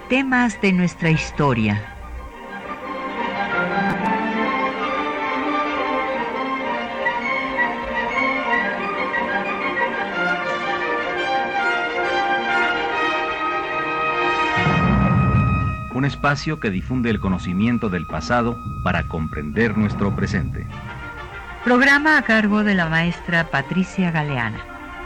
temas de nuestra historia. Un espacio que difunde el conocimiento del pasado para comprender nuestro presente. Programa a cargo de la maestra Patricia Galeana.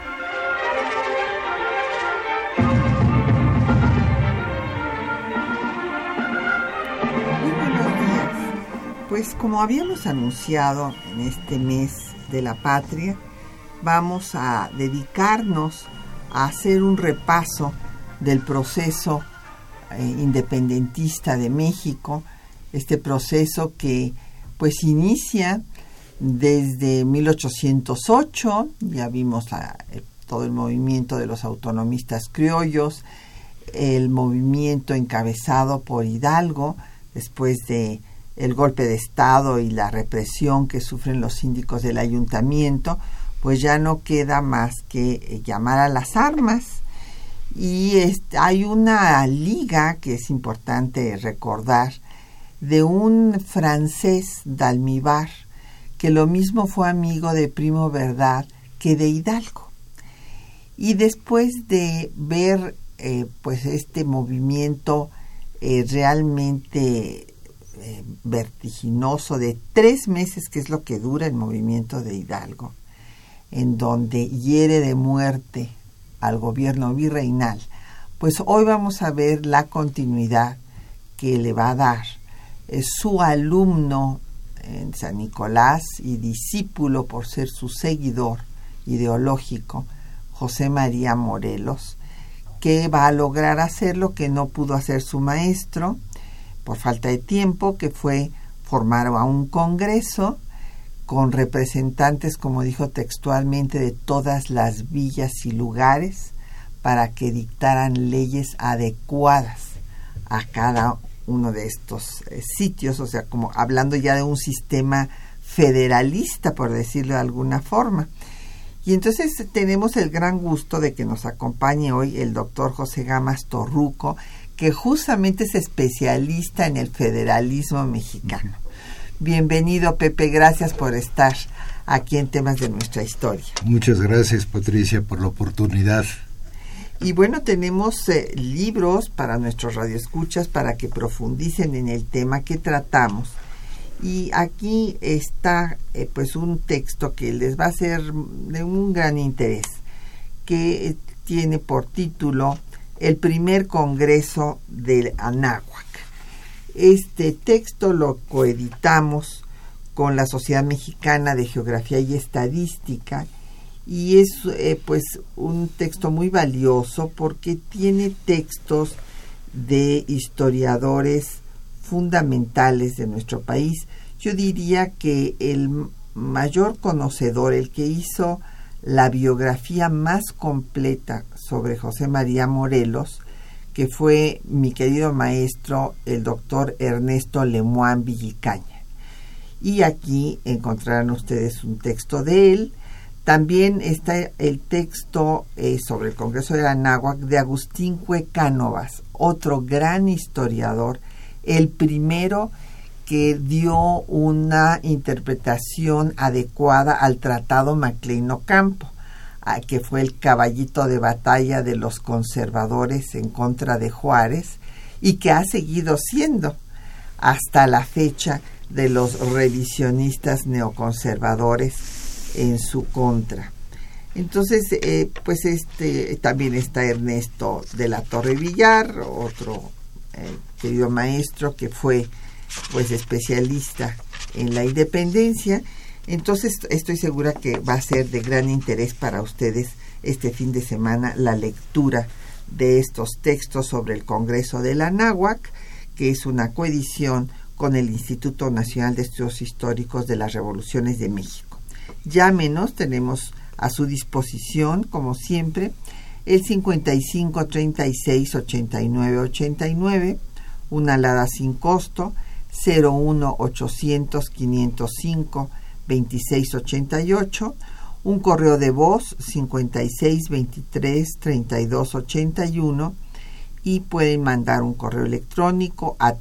Muy buenos días. Pues como habíamos anunciado en este mes de la patria, vamos a dedicarnos a hacer un repaso del proceso independentista de México, este proceso que pues inicia desde 1808, ya vimos todo el movimiento de los autonomistas criollos, el movimiento encabezado por Hidalgo después de el golpe de Estado y la represión que sufren los síndicos del ayuntamiento, pues ya no queda más que llamar a las armas. Y hay una liga que es importante recordar de un francés, Dalmibar, que lo mismo fue amigo de Primo Verdad que de Hidalgo. Y después de ver pues este movimiento realmente vertiginoso de 3 meses, que es lo que dura el movimiento de Hidalgo, en donde hiere de muerte al gobierno virreinal, pues hoy vamos a ver la continuidad que le va a dar su alumno en San Nicolás y discípulo por ser su seguidor ideológico, José María Morelos, que va a lograr hacer lo que no pudo hacer su maestro por falta de tiempo, que fue formar a un congreso con representantes, como dijo textualmente, de todas las villas y lugares para que dictaran leyes adecuadas a cada uno de estos sitios, o sea, como hablando ya de un sistema federalista, por decirlo de alguna forma. Y entonces tenemos el gran gusto de que nos acompañe hoy el doctor José Gamas Torruco, que justamente es especialista en el federalismo mexicano. Bienvenido, Pepe, gracias por estar aquí en Temas de Nuestra Historia. Muchas gracias, Patricia, por la oportunidad. Y bueno, tenemos libros para nuestros radioescuchas para que profundicen en el tema que tratamos. Y aquí está pues un texto que les va a ser de un gran interés, que tiene por título El primer Congreso del Anáhuac. Este texto lo coeditamos con la Sociedad Mexicana de Geografía y Estadística y es pues un texto muy valioso porque tiene textos de historiadores fundamentales de nuestro país. Yo diría que el mayor conocedor, el que hizo la biografía más completa sobre José María Morelos, que fue mi querido maestro, el doctor Ernesto Lemoine Villicaña. Y aquí encontrarán ustedes un texto de él. También está el texto sobre el Congreso de Anáhuac de Agustín Cue Cánovas, otro gran historiador, el primero que dio una interpretación adecuada al Tratado Maclean Ocampo, que fue el caballito de batalla de los conservadores en contra de Juárez y que ha seguido siendo hasta la fecha de los revisionistas neoconservadores en su contra. Entonces, pues también está Ernesto de la Torre Villar, otro querido maestro que fue pues especialista en la independencia. Entonces estoy segura que va a ser de gran interés para ustedes este fin de semana la lectura de estos textos sobre el Congreso del Anáhuac, que es una coedición con el Instituto Nacional de Estudios Históricos de las Revoluciones de México. Llámenos, tenemos a su disposición, como siempre, el 55 36 89 89, una alada sin costo, 01 800 505 2688, un correo de voz 5623 3281 y pueden mandar un correo electrónico a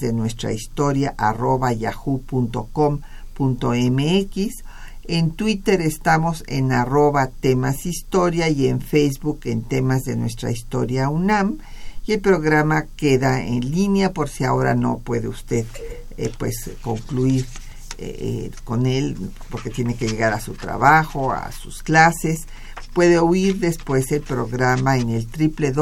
temasdenuestrahistoria@yahoo.com.mx. En Twitter estamos en @temashistoria y en Facebook en Temas de Nuestra Historia UNAM, y el programa queda en línea por si ahora no puede usted concluir con él porque tiene que llegar a su trabajo, a sus clases. Puede oír después el programa en el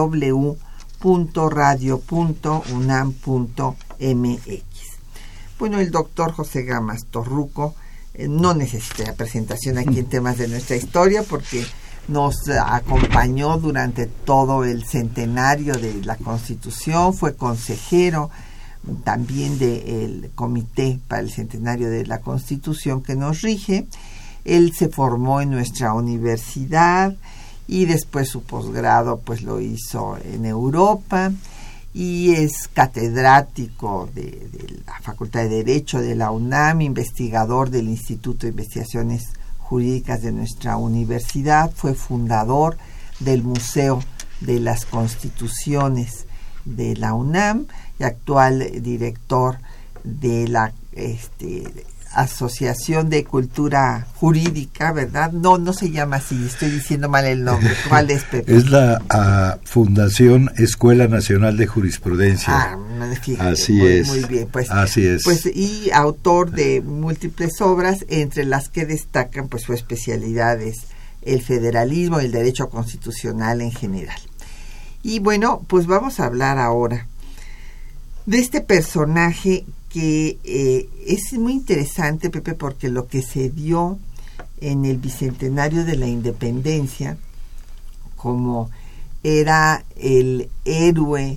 www.radio.unam.mx. Bueno, el doctor José Gamas Torruco no necesita presentación aquí en Temas de Nuestra Historia porque nos acompañó durante todo el centenario de la Constitución, fue consejero también del Comité para el Centenario de la Constitución que nos rige. Él se formó en nuestra universidad y después su posgrado pues lo hizo en Europa, y es catedrático de la Facultad de Derecho de la UNAM, investigador del Instituto de Investigaciones Jurídicas de nuestra universidad, fue fundador del Museo de las Constituciones de la UNAM y actual director de la Asociación de Cultura Jurídica, ¿verdad? No se llama así, estoy diciendo mal el nombre. ¿Cuál es, Pepe? Es la Fundación Escuela Nacional de Jurisprudencia. Fíjate, así es. Muy bien, pues. Así es. Pues, y autor de múltiples obras, entre las que destacan pues su especialidad es el federalismo y el derecho constitucional en general. Y bueno, pues vamos a hablar ahora de este personaje que es muy interesante, Pepe, porque lo que se dio en el bicentenario de la independencia, como era el héroe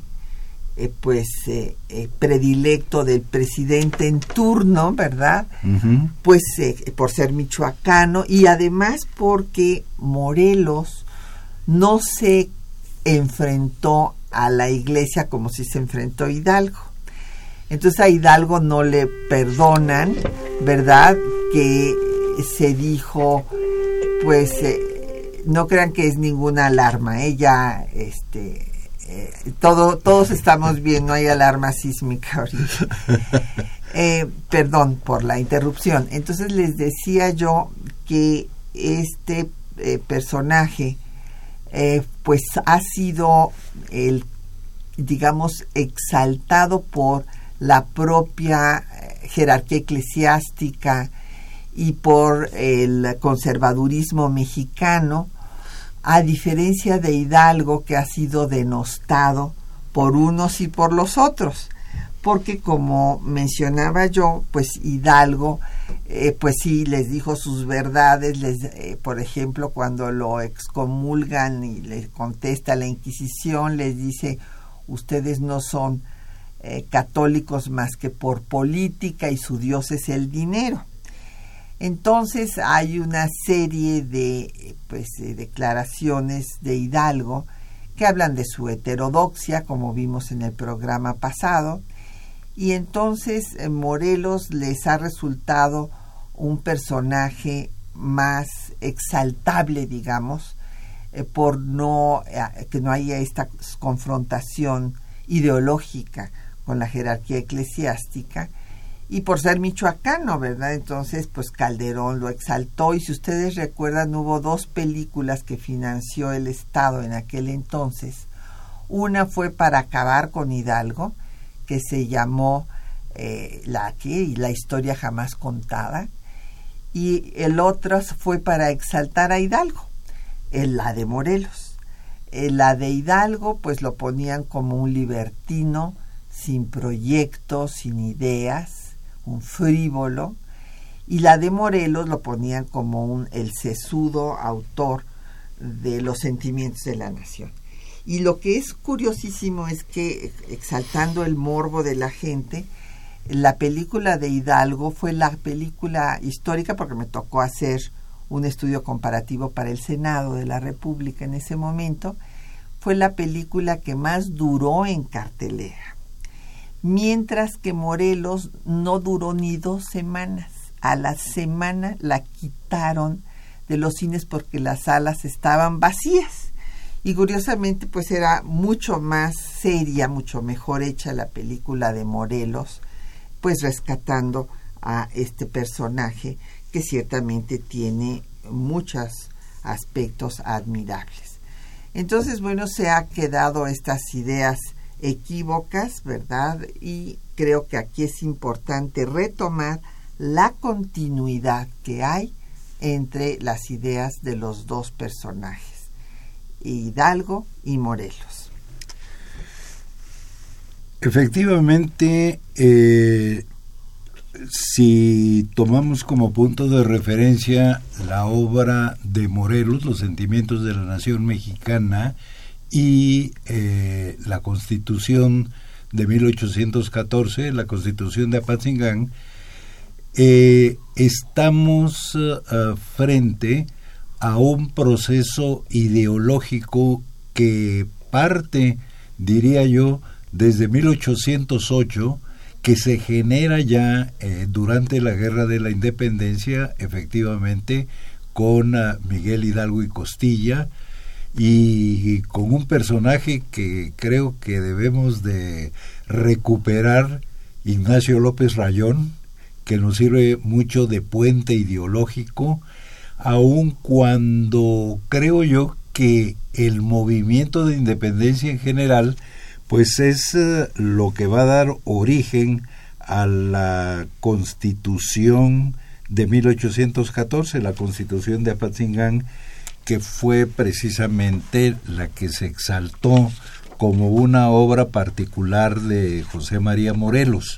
predilecto del presidente en turno, ¿verdad? Uh-huh. Pues por ser michoacano, y además porque Morelos no se enfrentó a la iglesia como si se enfrentó Hidalgo. Entonces a Hidalgo no le perdonan, ¿verdad? Que se dijo, pues no crean que es ninguna alarma, ya todos estamos bien, no hay alarma sísmica ahorita. Perdón por la interrupción. Entonces les decía yo que este personaje pues ha sido exaltado por la propia jerarquía eclesiástica y por el conservadurismo mexicano, a diferencia de Hidalgo, que ha sido denostado por unos y por los otros, porque como mencionaba yo, pues Hidalgo pues sí les dijo sus verdades, por ejemplo, cuando lo excomulgan y le contesta la Inquisición, les dice: ustedes no son católicos más que por política y su Dios es el dinero. Entonces hay una serie de declaraciones de Hidalgo que hablan de su heterodoxia, como vimos en el programa pasado, y entonces Morelos les ha resultado un personaje más exaltable, digamos, por que no haya esta confrontación ideológica con la jerarquía eclesiástica, y por ser michoacano, ¿verdad? Entonces, pues Calderón lo exaltó, y si ustedes recuerdan, hubo 2 películas que financió el Estado en aquel entonces. Una fue para acabar con Hidalgo, que se llamó la historia jamás contada, y el otro fue para exaltar a Hidalgo, la de Morelos. La de Hidalgo pues lo ponían como un libertino, sin proyectos, sin ideas, un frívolo, y la de Morelos lo ponían como el sesudo autor de los sentimientos de la nación. Y lo que es curiosísimo es que, exaltando el morbo de la gente, la película de Hidalgo fue la película histórica, porque me tocó hacer un estudio comparativo para el Senado de la República en ese momento, fue la película que más duró en cartelera, mientras que Morelos no duró ni 2 semanas. A la semana la quitaron de los cines porque las salas estaban vacías. Y curiosamente, pues era mucho más seria, mucho mejor hecha la película de Morelos, pues rescatando a este personaje que ciertamente tiene muchos aspectos admirables. Entonces, bueno, se ha quedado estas ideas equívocas, ¿verdad? Y creo que aquí es importante retomar la continuidad que hay entre las ideas de los dos personajes, Hidalgo y Morelos. Efectivamente, si tomamos como punto de referencia la obra de Morelos, Los sentimientos de la nación mexicana, y la Constitución de 1814, la Constitución de Apatzingán, estamos frente a un proceso ideológico que parte, diría yo, desde 1808, que se genera ya durante la Guerra de la Independencia, efectivamente, con Miguel Hidalgo y Costilla, y con un personaje que creo que debemos de recuperar, Ignacio López Rayón, que nos sirve mucho de puente ideológico, aun cuando creo yo que el movimiento de independencia en general pues es lo que va a dar origen a la Constitución de 1814, la Constitución de Apatzingán, que fue precisamente la que se exaltó como una obra particular de José María Morelos.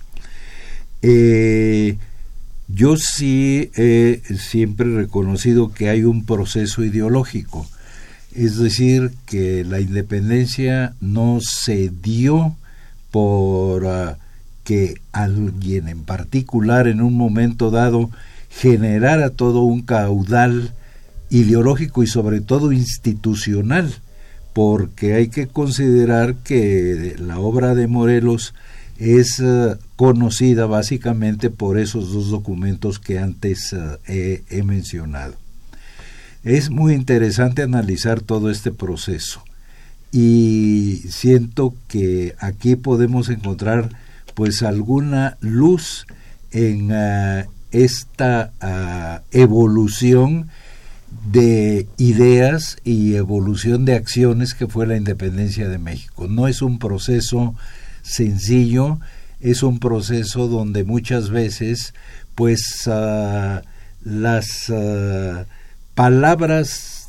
Yo sí he siempre reconocido que hay un proceso ideológico, es decir, que la independencia no se dio por que alguien en particular en un momento dado generara todo un caudal ideológico y sobre todo institucional, porque hay que considerar que la obra de Morelos es conocida básicamente por esos dos documentos que antes he mencionado. Es muy interesante analizar todo este proceso y siento que aquí podemos encontrar pues alguna luz en esta evolución de ideas y evolución de acciones que fue la independencia de México. No es un proceso sencillo, es un proceso donde muchas veces pues las palabras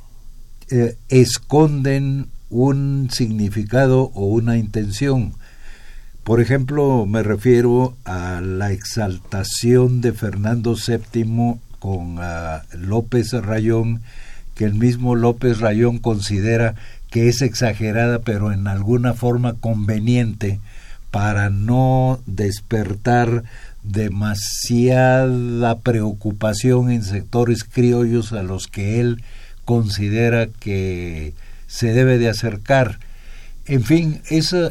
esconden un significado o una intención. Por ejemplo, me refiero a la exaltación de Fernando VII con López Rayón, que el mismo López Rayón considera que es exagerada, pero en alguna forma conveniente para no despertar demasiada preocupación en sectores criollos a los que él considera que se debe de acercar. En fin, eso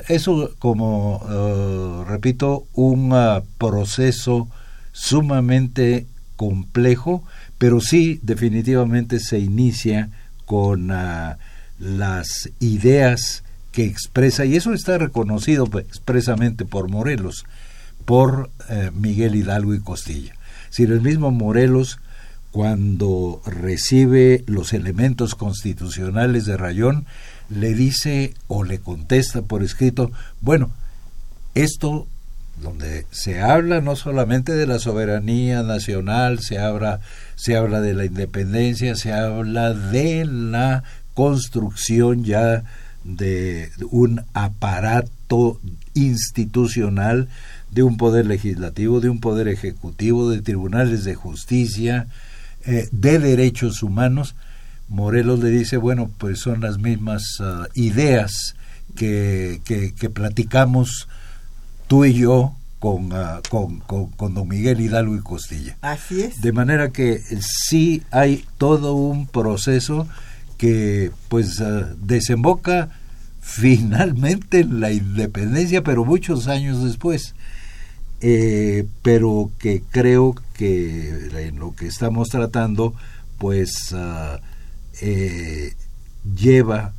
como repito, un proceso sumamente complejo, pero sí definitivamente se inicia con las ideas que expresa, y eso está reconocido expresamente por Morelos, por Miguel Hidalgo y Costilla. Es decir, el mismo Morelos, cuando recibe los elementos constitucionales de Rayón, le dice o le contesta por escrito, bueno, esto donde se habla no solamente de la soberanía nacional, se habla de la independencia, se habla de la construcción ya de un aparato institucional, de un poder legislativo, de un poder ejecutivo, de tribunales de justicia, de derechos humanos. Morelos le dice, bueno, pues son las mismas ideas que platicamos tú y yo con don Miguel Hidalgo y Costilla. Así es. De manera que sí hay todo un proceso que pues desemboca finalmente en la independencia, pero muchos años después. Pero que creo que en lo que estamos tratando pues lleva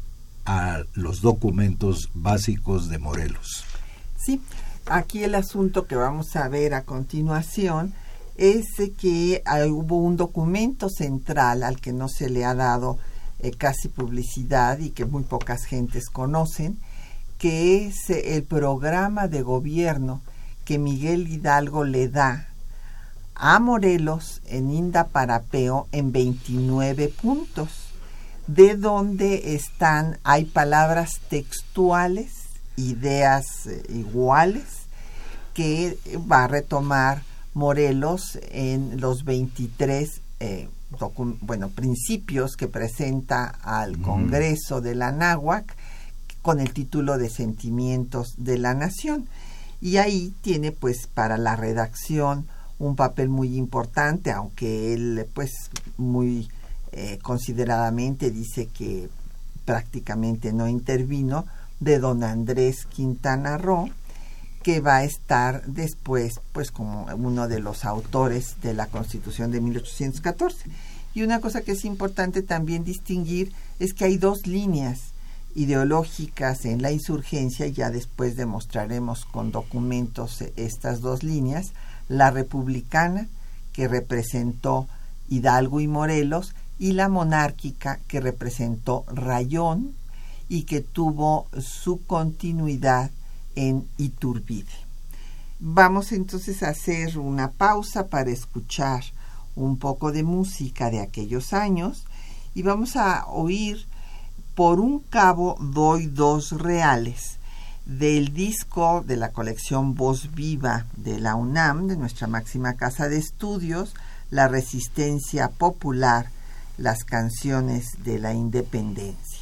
a los documentos básicos de Morelos. Sí, aquí el asunto que vamos a ver a continuación es que hubo un documento central al que no se le ha dado casi publicidad y que muy pocas gentes conocen, que es el programa de gobierno que Miguel Hidalgo le da a Morelos en Indaparapeo en 29 puntos, de donde hay palabras textuales, ideas iguales, que va a retomar Morelos en los 23 principios que presenta al Congreso de la Anáhuac con el título de Sentimientos de la Nación. Y ahí tiene pues para la redacción un papel muy importante, aunque él pues muy consideradamente dice que prácticamente no intervino, de don Andrés Quintana Roo, que va a estar después pues como uno de los autores de la Constitución de 1814. Y una cosa que es importante también distinguir es que hay dos líneas ideológicas en la insurgencia, y ya después demostraremos con documentos estas dos líneas: la republicana, que representó Hidalgo y Morelos, y la monárquica, que representó Rayón y que tuvo su continuidad en Iturbide. Vamos entonces a hacer una pausa para escuchar un poco de música de aquellos años, y vamos a oír Por un cabo doy 2 reales, del disco de la colección Voz Viva de la UNAM, de nuestra máxima casa de estudios, La Resistencia Popular, las canciones de la independencia.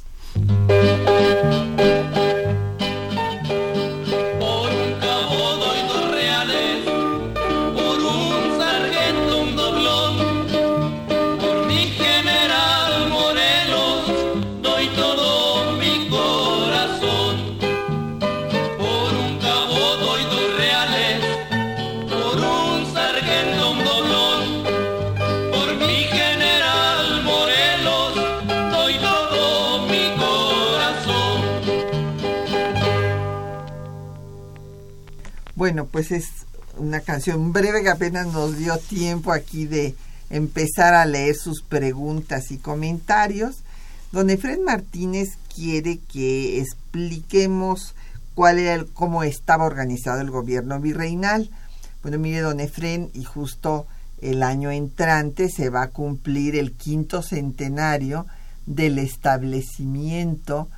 Bueno, pues es una canción breve que apenas nos dio tiempo aquí de empezar a leer sus preguntas y comentarios. Don Efrén Martínez quiere que expliquemos cómo estaba organizado el gobierno virreinal. Bueno, mire, don Efrén, y justo el año entrante se va a cumplir el 5º centenario del establecimiento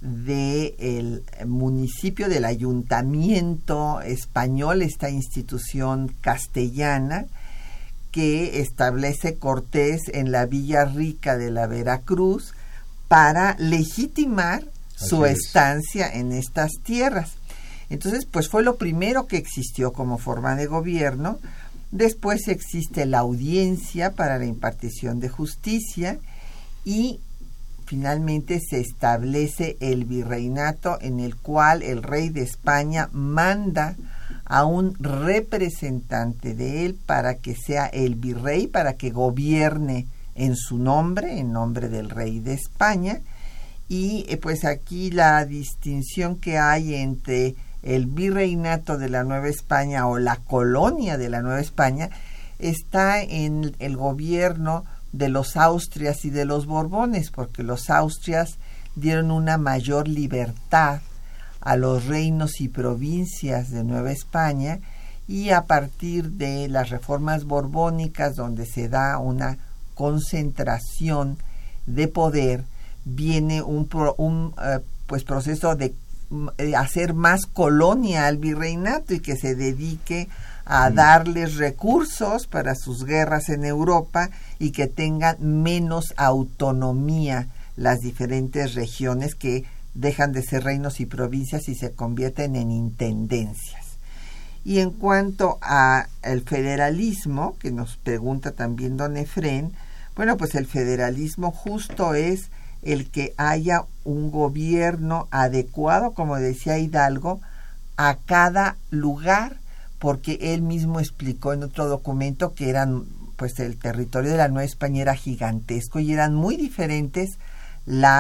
del municipio, del ayuntamiento español, esta institución castellana que establece Cortés en la Villa Rica de la Veracruz para legitimar su estancia en estas tierras. Entonces, pues fue lo primero que existió como forma de gobierno. Después existe la audiencia para la impartición de justicia y finalmente se establece el virreinato, en el cual el rey de España manda a un representante de él para que sea el virrey, para que gobierne en su nombre, en nombre del rey de España. Y pues aquí la distinción que hay entre el virreinato de la Nueva España o la colonia de la Nueva España está en el gobierno de los Austrias y de los Borbones, porque los Austrias dieron una mayor libertad a los reinos y provincias de Nueva España, y a partir de las reformas borbónicas, donde se da una concentración de poder, viene un proceso de hacer más colonia al virreinato y que se dedique a darles recursos para sus guerras en Europa y que tengan menos autonomía las diferentes regiones, que dejan de ser reinos y provincias y se convierten en intendencias. Y en cuanto a el federalismo, que nos pregunta también don Efrén, bueno, pues el federalismo justo es el que haya un gobierno adecuado, como decía Hidalgo, a cada lugar, porque él mismo explicó en otro documento que pues el territorio de la Nueva España era gigantesco y eran muy diferentes las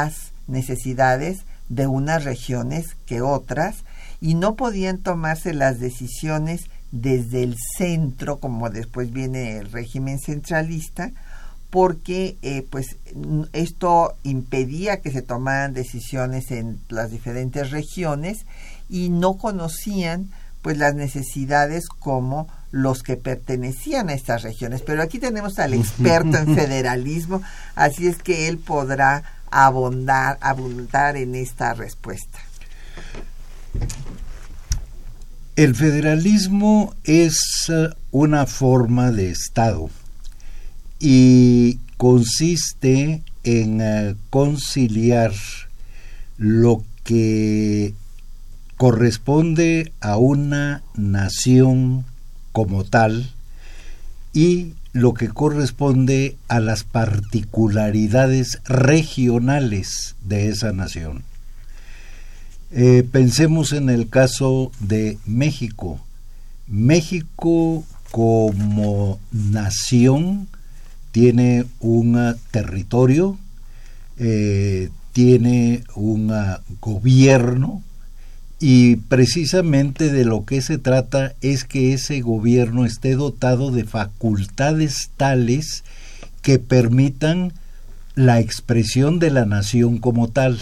necesidades de unas regiones que otras, y no podían tomarse las decisiones desde el centro, como después viene el régimen centralista, porque pues esto impedía que se tomaran decisiones en las diferentes regiones y no conocían pues las necesidades como los que pertenecían a estas regiones. Pero aquí tenemos al experto en federalismo, así es que él podrá abundar en esta respuesta. El federalismo es una forma de Estado y consiste en conciliar lo que corresponde a una nación como tal y lo que corresponde a las particularidades regionales de esa nación. Pensemos en el caso de México. México como nación tiene un territorio, tiene un gobierno, y precisamente de lo que se trata es que ese gobierno esté dotado de facultades tales que permitan la expresión de la nación como tal.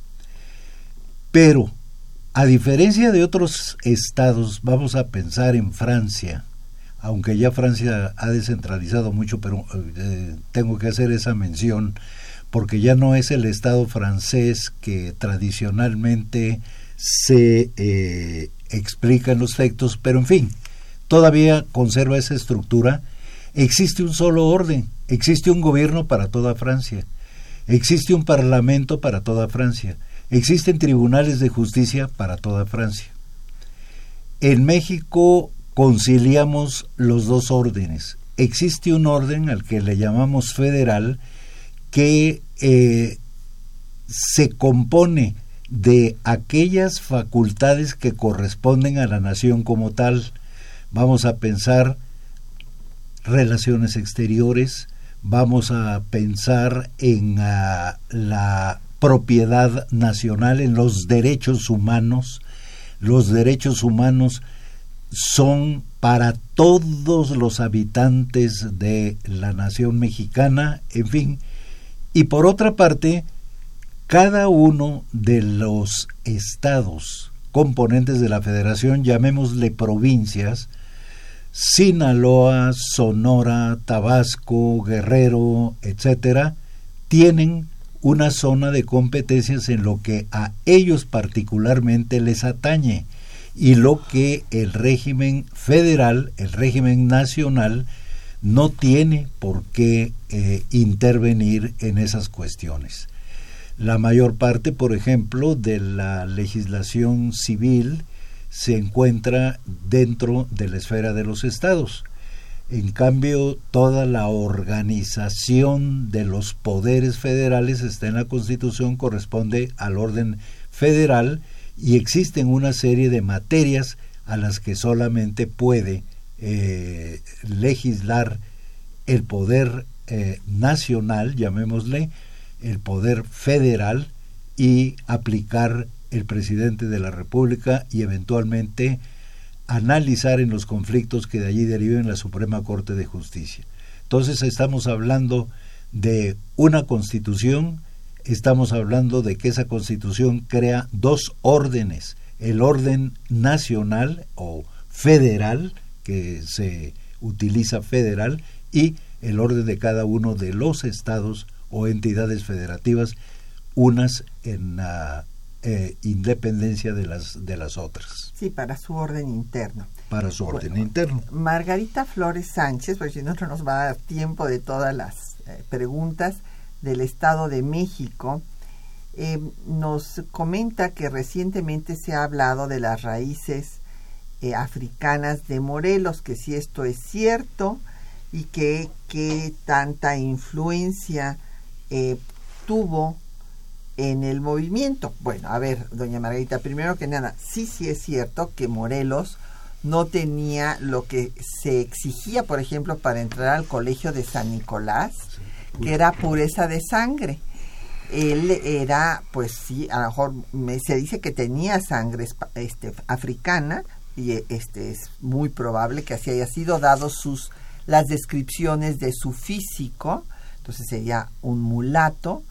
Pero, a diferencia de otros estados, vamos a pensar en Francia, aunque ya Francia ha descentralizado mucho, pero tengo que hacer esa mención, porque ya no es el estado francés que tradicionalmente se explica en los textos, pero en fin, todavía conserva esa estructura. Existe un solo orden, existe un gobierno para toda Francia, existe un parlamento para toda Francia, existen tribunales de justicia para toda Francia. En México conciliamos los dos órdenes. Existe un orden al que le llamamos federal que se compone de aquellas facultades que corresponden a la nación como tal. Vamos a pensar relaciones exteriores, vamos a pensar en la propiedad nacional, en los derechos humanos. Los derechos humanos son para todos los habitantes de la nación mexicana, en fin. Y por otra parte, cada uno de los estados componentes de la federación, llamémosle provincias, Sinaloa, Sonora, Tabasco, Guerrero, etcétera, tienen una zona de competencias en lo que a ellos particularmente les atañe y lo que el régimen federal, el régimen nacional, no tiene por qué intervenir en esas cuestiones. La mayor parte, por ejemplo, de la legislación civil se encuentra dentro de la esfera de los estados. En cambio, toda la organización de los poderes federales está en la Constitución, corresponde al orden federal y existen una serie de materias a las que solamente puede legislar el poder nacional, llamémosle, el poder federal, y aplicar el presidente de la República y eventualmente analizar en los conflictos que de allí deriven la Suprema Corte de Justicia. Entonces estamos hablando de una constitución, estamos hablando de que esa constitución crea dos órdenes, el orden nacional o federal, que se utiliza federal, y el orden de cada uno de los estados o entidades federativas, unas en la independencia de las otras. Sí, para su orden interno. Para su orden interno. Margarita Flores Sánchez, porque si no nos va a dar tiempo de todas las preguntas del Estado de México, nos comenta que recientemente se ha hablado de las raíces africanas de Morelos, que si esto es cierto y que tanta influencia tuvo en el movimiento. Bueno, a ver, doña Margarita, primero que nada, sí es cierto que Morelos no tenía lo que se exigía, por ejemplo, para entrar al colegio de San Nicolás, que era pureza de sangre. él era, pues sí, a lo mejor se dice que tenía sangre africana, y es muy probable que así haya sido, dado las descripciones de su físico. Entonces sería un mulato.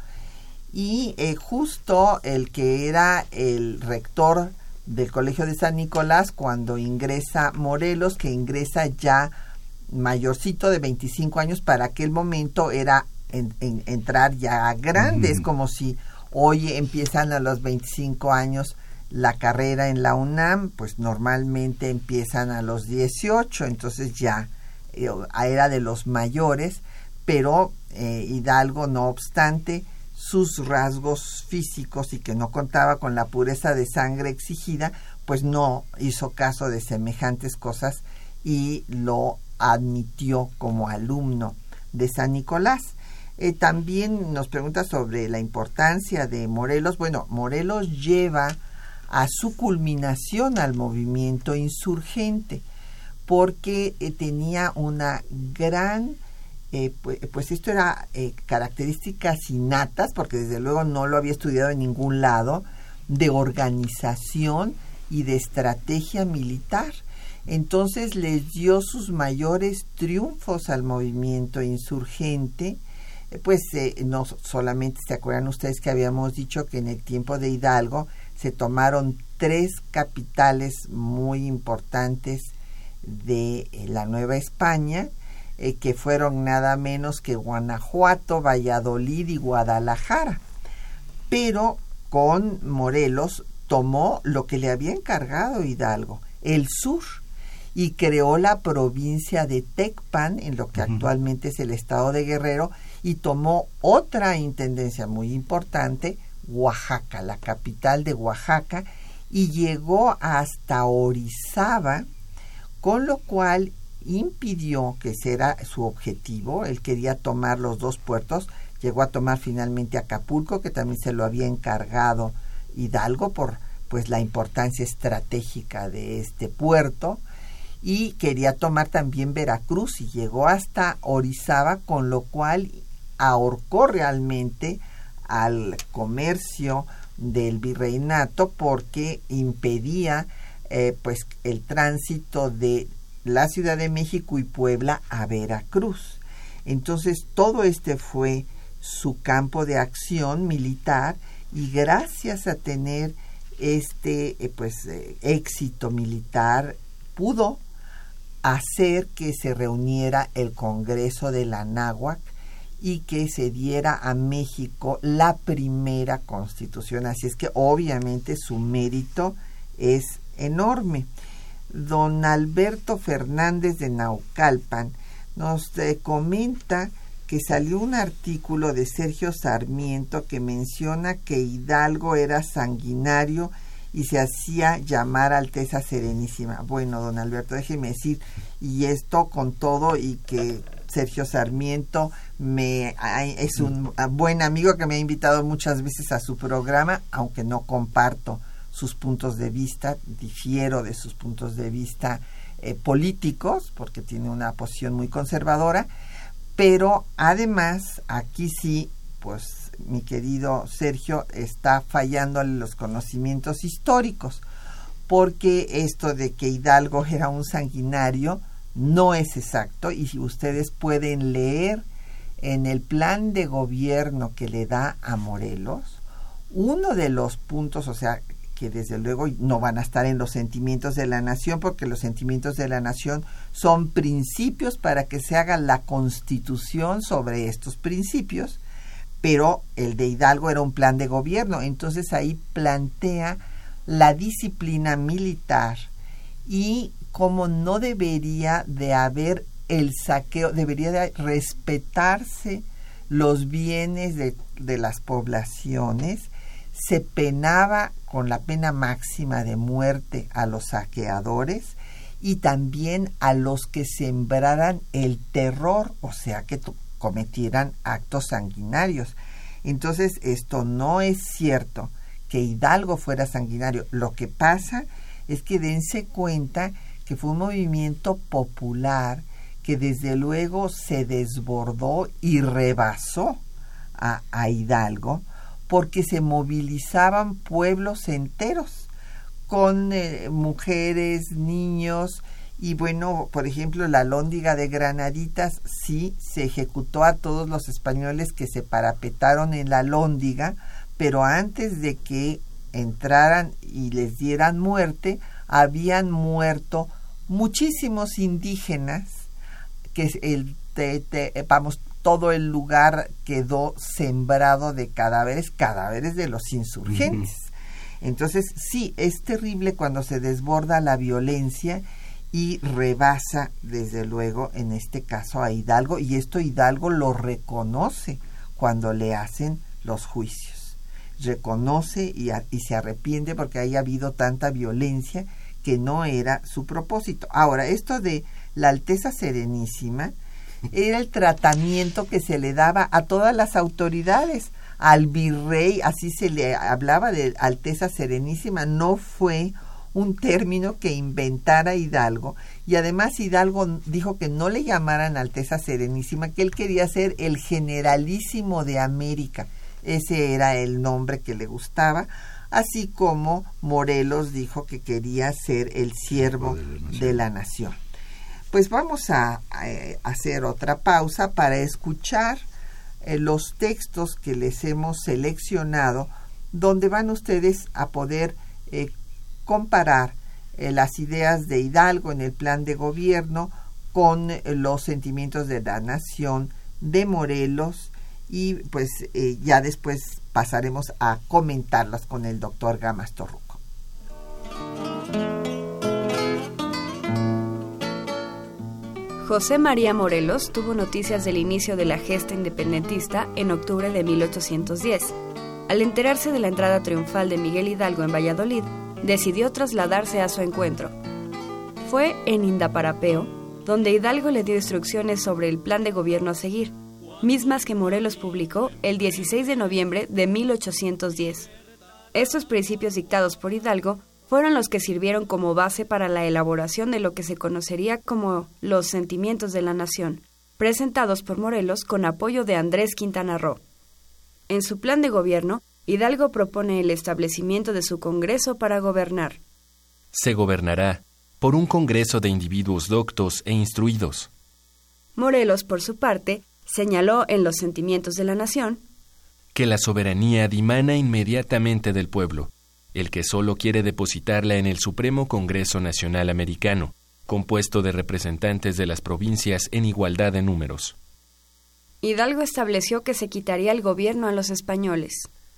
Y justo el que era el rector del Colegio de San Nicolás, cuando ingresa Morelos, que ingresa ya mayorcito de 25 años, para aquel momento era entrar ya grande. Es como si hoy empiezan a los 25 años la carrera en la UNAM, pues normalmente empiezan a los 18, entonces ya era de los mayores, pero Hidalgo, no obstante sus rasgos físicos y que no contaba con la pureza de sangre exigida, pues no hizo caso de semejantes cosas y lo admitió como alumno de San Nicolás. También nos pregunta sobre la importancia de Morelos. Bueno, Morelos lleva a su culminación al movimiento insurgente, porque tenía una gran, pues esto era características innatas, porque desde luego no lo había estudiado en ningún lado, de organización y de estrategia militar. Entonces les dio sus mayores triunfos al movimiento insurgente. Pues no solamente, ¿se acuerdan ustedes que habíamos dicho que en el tiempo de Hidalgo se tomaron 3 capitales muy importantes de la Nueva España, que fueron nada menos que Guanajuato, Valladolid y Guadalajara? Pero con Morelos tomó lo que le había encargado Hidalgo, el sur, y creó la provincia de Tecpan, en lo que actualmente es el estado de Guerrero, y tomó otra intendencia muy importante, Oaxaca, la capital de Oaxaca, y llegó hasta Orizaba, con lo cual impidió, que ese era su objetivo, él quería tomar los 2 puertos, llegó a tomar finalmente Acapulco, que también se lo había encargado Hidalgo por pues la importancia estratégica de este puerto, y quería tomar también Veracruz y llegó hasta Orizaba, con lo cual ahorcó realmente al comercio del virreinato, porque impedía pues el tránsito de la Ciudad de México y Puebla a Veracruz. Entonces todo fue su campo de acción militar, y gracias a tener éxito militar pudo hacer que se reuniera el Congreso de la Anáhuac y que se diera a México la primera constitución. Así es que obviamente su mérito es enorme. Don Alberto Fernández de Naucalpan nos comenta que salió un artículo de Sergio Sarmiento que menciona que Hidalgo era sanguinario y se hacía llamar Alteza Serenísima. Bueno, don Alberto, déjeme decir, y esto con todo, y que Sergio Sarmiento es un buen amigo que me ha invitado muchas veces a su programa, aunque no comparto sus puntos de vista, difiero de sus puntos de vista políticos, porque tiene una posición muy conservadora, pero además aquí sí, pues mi querido Sergio está fallando en los conocimientos históricos, porque esto de que Hidalgo era un sanguinario no es exacto, y si ustedes pueden leer en el plan de gobierno que le da a Morelos, uno de los puntos, o sea, que desde luego no van a estar en los sentimientos de la nación, porque los sentimientos de la nación son principios para que se haga la constitución sobre estos principios, pero el de Hidalgo era un plan de gobierno. Entonces ahí plantea la disciplina militar y cómo no debería de haber el saqueo, debería de respetarse los bienes de las poblaciones. Se penaba con la pena máxima de muerte a los saqueadores y también a los que sembraran el terror, o sea, que cometieran actos sanguinarios. Entonces, esto no es cierto que Hidalgo fuera sanguinario. Lo que pasa es que dense cuenta que fue un movimiento popular que desde luego se desbordó y rebasó a Hidalgo, porque se movilizaban pueblos enteros con mujeres, niños. Y bueno, por ejemplo, la Alhóndiga de Granaditas sí se ejecutó a todos los españoles que se parapetaron en la Alhóndiga, pero antes de que entraran y les dieran muerte, habían muerto muchísimos indígenas, que todo el lugar quedó sembrado de cadáveres de los insurgentes. Entonces, sí, es terrible cuando se desborda la violencia y rebasa, desde luego, en este caso a Hidalgo, y esto Hidalgo lo reconoce cuando le hacen los juicios. Reconoce y se arrepiente porque haya habido tanta violencia que no era su propósito. Ahora, esto de la Alteza Serenísima era el tratamiento que se le daba a todas las autoridades. Al virrey, así se le hablaba de Alteza Serenísima, no fue un término que inventara Hidalgo, y además Hidalgo dijo que no le llamaran Alteza Serenísima, que él quería ser el Generalísimo de América. Ese era el nombre que le gustaba, así como Morelos dijo que quería ser el siervo de la nación. Pues vamos a hacer otra pausa para escuchar los textos que les hemos seleccionado, donde van ustedes a poder comparar las ideas de Hidalgo en el plan de gobierno con los sentimientos de la nación de Morelos, y pues ya después pasaremos a comentarlas con el doctor Gamas Torruco. José María Morelos tuvo noticias del inicio de la gesta independentista en octubre de 1810. Al enterarse de la entrada triunfal de Miguel Hidalgo en Valladolid, decidió trasladarse a su encuentro. Fue en Indaparapeo donde Hidalgo le dio instrucciones sobre el plan de gobierno a seguir, mismas que Morelos publicó el 16 de noviembre de 1810. Estos principios dictados por Hidalgo fueron los que sirvieron como base para la elaboración de lo que se conocería como los Sentimientos de la Nación, presentados por Morelos con apoyo de Andrés Quintana Roo. En su plan de gobierno, Hidalgo propone el establecimiento de su Congreso para gobernar. Se gobernará por un Congreso de individuos doctos e instruidos. Morelos, por su parte, señaló en los Sentimientos de la Nación que la soberanía dimana inmediatamente del pueblo, el que solo quiere depositarla en el Supremo Congreso Nacional Americano, compuesto de representantes de las provincias en igualdad de números. Hidalgo estableció que se quitaría el gobierno a los españoles.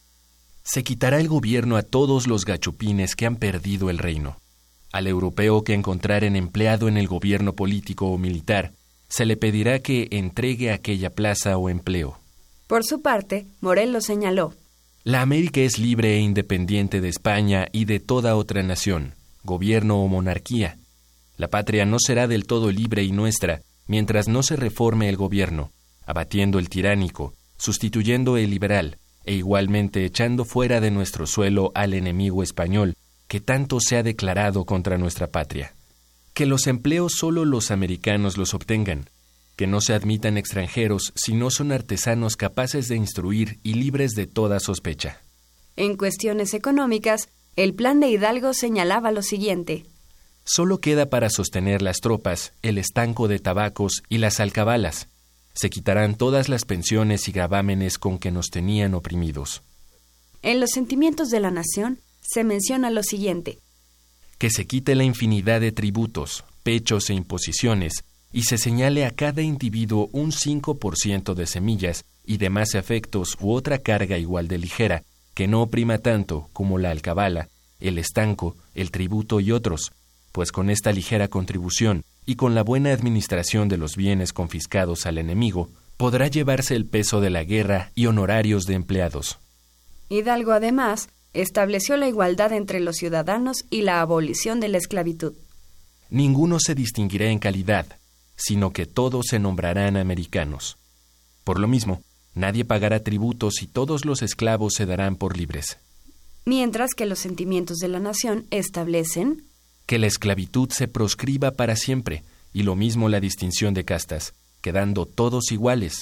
Se quitará el gobierno a todos los gachupines que han perdido el reino. Al europeo que encontraren empleado en el gobierno político o militar, se le pedirá que entregue aquella plaza o empleo. Por su parte, Morelos señaló: la América es libre e independiente de España y de toda otra nación, gobierno o monarquía. La patria no será del todo libre y nuestra mientras no se reforme el gobierno, abatiendo el tiránico, sustituyendo el liberal, e igualmente echando fuera de nuestro suelo al enemigo español, que tanto se ha declarado contra nuestra patria. Que los empleos solo los americanos los obtengan, que no se admitan extranjeros si no son artesanos capaces de instruir y libres de toda sospecha. En cuestiones económicas, el plan de Hidalgo señalaba lo siguiente: solo queda para sostener las tropas el estanco de tabacos y las alcabalas. Se quitarán todas las pensiones y gravámenes con que nos tenían oprimidos. En los Sentimientos de la Nación se menciona lo siguiente: que se quite la infinidad de tributos, pechos e imposiciones, y se señale a cada individuo un 5% de semillas y demás efectos u otra carga igual de ligera, que no oprima tanto como la alcabala, el estanco, el tributo y otros, pues con esta ligera contribución y con la buena administración de los bienes confiscados al enemigo, podrá llevarse el peso de la guerra y honorarios de empleados. Hidalgo, además, estableció la igualdad entre los ciudadanos y la abolición de la esclavitud. Ninguno se distinguirá en calidad, sino que todos se nombrarán americanos. Por lo mismo, nadie pagará tributos y todos los esclavos se darán por libres. Mientras que los Sentimientos de la Nación establecen que la esclavitud se proscriba para siempre, y lo mismo la distinción de castas, quedando todos iguales,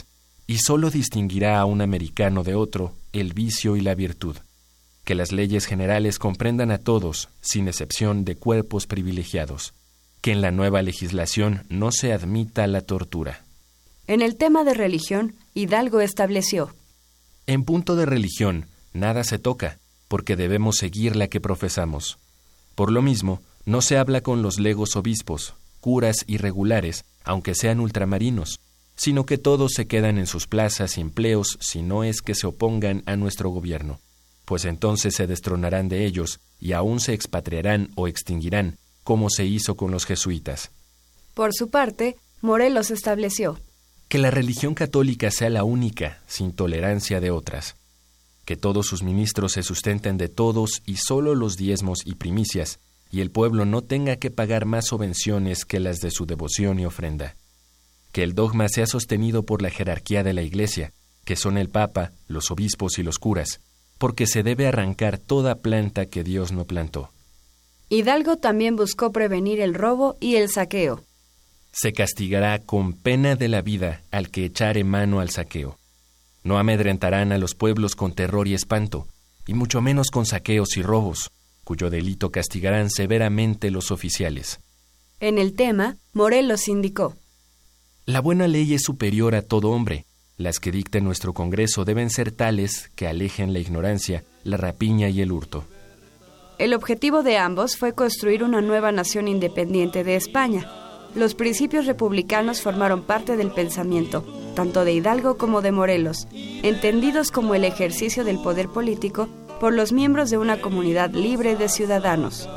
y sólo distinguirá a un americano de otro el vicio y la virtud. Que las leyes generales comprendan a todos, sin excepción de cuerpos privilegiados. Que en la nueva legislación no se admita la tortura. En el tema de religión, Hidalgo estableció: En punto de religión, nada se toca, porque debemos seguir la que profesamos. Por lo mismo, no se habla con los legos obispos, curas irregulares, aunque sean ultramarinos, sino que todos se quedan en sus plazas y empleos si no es que se opongan a nuestro gobierno, pues entonces se destronarán de ellos y aún se expatriarán o extinguirán, como se hizo con los jesuitas. Por su parte, Morelos estableció: Que la religión católica sea la única, sin tolerancia de otras. Que todos sus ministros se sustenten de todos y solo los diezmos y primicias, y el pueblo no tenga que pagar más subvenciones que las de su devoción y ofrenda. Que el dogma sea sostenido por la jerarquía de la Iglesia, que son el Papa, los obispos y los curas, porque se debe arrancar toda planta que Dios no plantó. Hidalgo también buscó prevenir el robo y el saqueo. Se castigará con pena de la vida al que echare mano al saqueo. No amedrentarán a los pueblos con terror y espanto, y mucho menos con saqueos y robos, cuyo delito castigarán severamente los oficiales. En el tema, Morelos indicó: La buena ley es superior a todo hombre. Las que dicte nuestro Congreso deben ser tales que alejen la ignorancia, la rapiña y el hurto. El objetivo de ambos fue construir una nueva nación independiente de España. Los principios republicanos formaron parte del pensamiento, tanto de Hidalgo como de Morelos, entendidos como el ejercicio del poder político por los miembros de una comunidad libre de ciudadanos.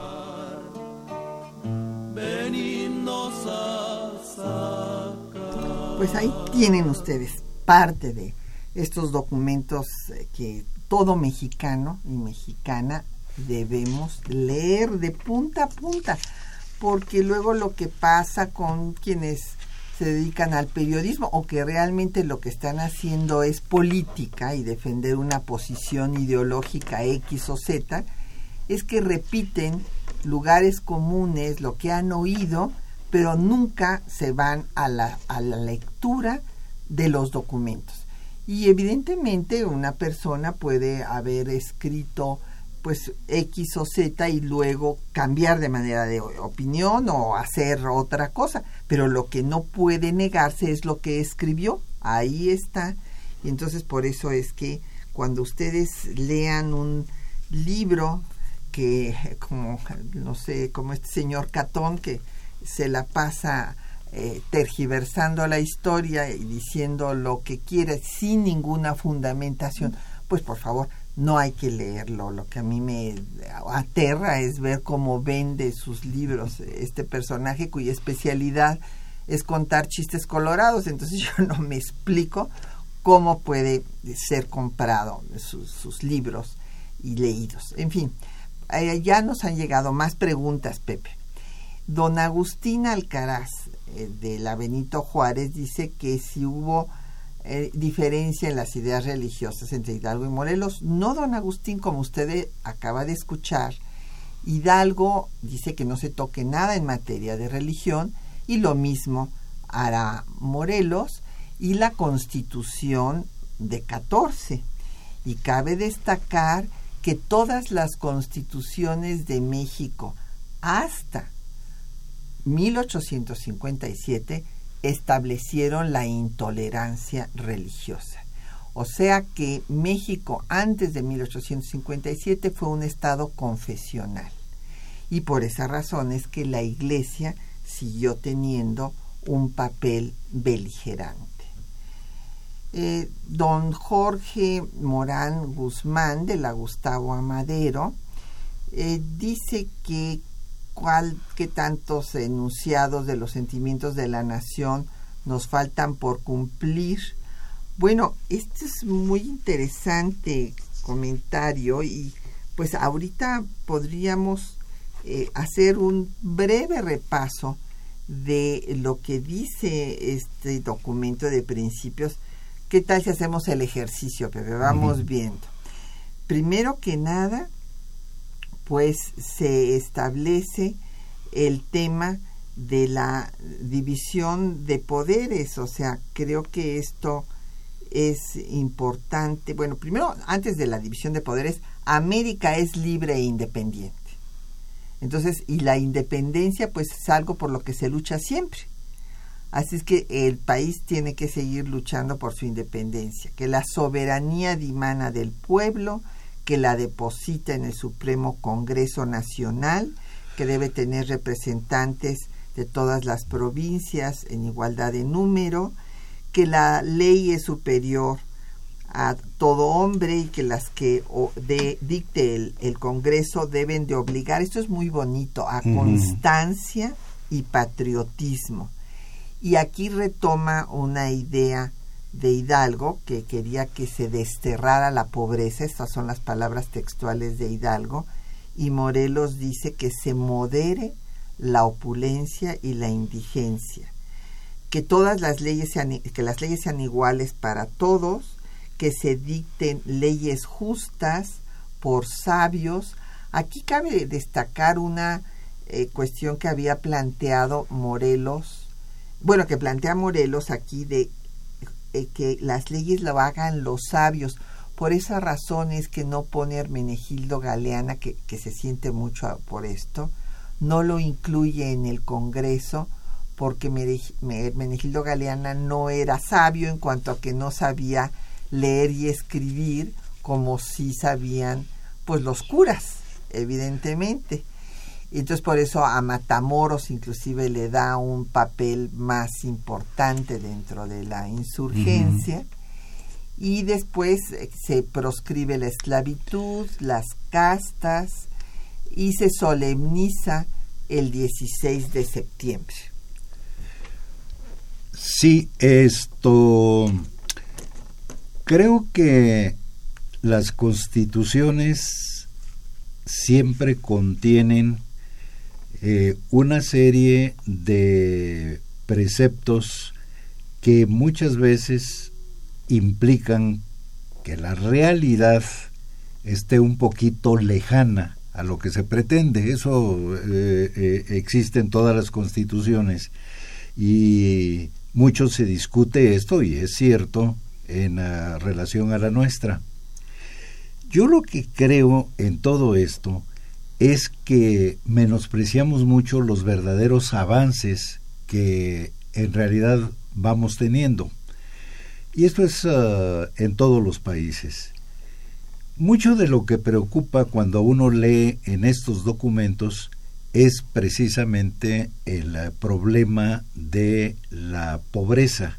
Pues ahí tienen ustedes parte de estos documentos que todo mexicano y mexicana debemos leer de punta a punta, porque luego lo que pasa con quienes se dedican al periodismo o que realmente lo que están haciendo es política y defender una posición ideológica X o Z, es que repiten lugares comunes, lo que han oído, pero nunca se van a la lectura de los documentos. Y evidentemente una persona puede haber escrito pues X o Z y luego cambiar de manera de opinión o hacer otra cosa, pero lo que no puede negarse es lo que escribió, ahí está. Y entonces por eso es que cuando ustedes lean un libro que, como no sé, como este señor Catón, que se la pasa tergiversando la historia y diciendo lo que quiere sin ninguna fundamentación, pues por favor no hay que leerlo. Lo que a mí me aterra es ver cómo vende sus libros este personaje cuya especialidad es contar chistes colorados. Entonces yo no me explico cómo puede ser comprado sus libros y leídos. En fin, ya nos han llegado más preguntas, Pepe. Don Agustín Alcaraz, de la Benito Juárez, dice que si hubo diferencia en las ideas religiosas entre Hidalgo y Morelos. No, don Agustín, como usted acaba de escuchar, Hidalgo dice que no se toque nada en materia de religión, y lo mismo hará Morelos, y la Constitución de 14. Y cabe destacar que todas las constituciones de México hasta 1857 establecieron la intolerancia religiosa. O sea que México antes de 1857 fue un estado confesional. Y por esa razón es que la Iglesia siguió teniendo un papel beligerante. Don Jorge Morán Guzmán, de la Gustavo Amadero, dice que qué tantos enunciados de los sentimientos de la nación nos faltan por cumplir. Bueno, este es muy interesante comentario, y pues ahorita podríamos hacer un breve repaso de lo que dice este documento de principios. ¿Qué tal si hacemos el ejercicio, Pepe? Vamos viendo. Primero que nada, pues se establece el tema de la división de poderes. O sea, creo que esto es importante. Bueno, primero, antes de la división de poderes, América es libre e independiente. Entonces, y la independencia pues es algo por lo que se lucha siempre. Así es que el país tiene que seguir luchando por su independencia, que la soberanía dimana del pueblo, que la deposita en el Supremo Congreso Nacional, que debe tener representantes de todas las provincias en igualdad de número, que la ley es superior a todo hombre y que las que dicte el Congreso deben de obligar, esto es muy bonito, a constancia y patriotismo. Y aquí retoma una idea de Hidalgo, que quería que se desterrara la pobreza, estas son las palabras textuales de Hidalgo, y Morelos dice que se modere la opulencia y la indigencia, que todas las leyes sean iguales para todos, que se dicten leyes justas por sabios. Aquí cabe destacar una cuestión que había planteado Morelos, bueno, que plantea Morelos aquí, de que las leyes lo hagan los sabios. Por esa razón es que no pone Hermenegildo Galeana, que se siente mucho por esto, no lo incluye en el Congreso, porque Hermenegildo Galeana no era sabio en cuanto a que no sabía leer y escribir como sí sabían pues los curas, evidentemente. Entonces por eso a Matamoros inclusive le da un papel más importante dentro de la insurgencia. Y después se proscribe la esclavitud, las castas, y se solemniza el 16 de septiembre. Sí, creo que las constituciones siempre contienen una serie de preceptos que muchas veces implican que la realidad esté un poquito lejana a lo que se pretende. Eso existe en todas las constituciones y mucho se discute esto, y es cierto, en relación a la nuestra. Yo lo que creo en todo esto es que menospreciamos mucho los verdaderos avances que en realidad vamos teniendo. Y esto es en todos los países. Mucho de lo que preocupa cuando uno lee en estos documentos es precisamente el problema de la pobreza.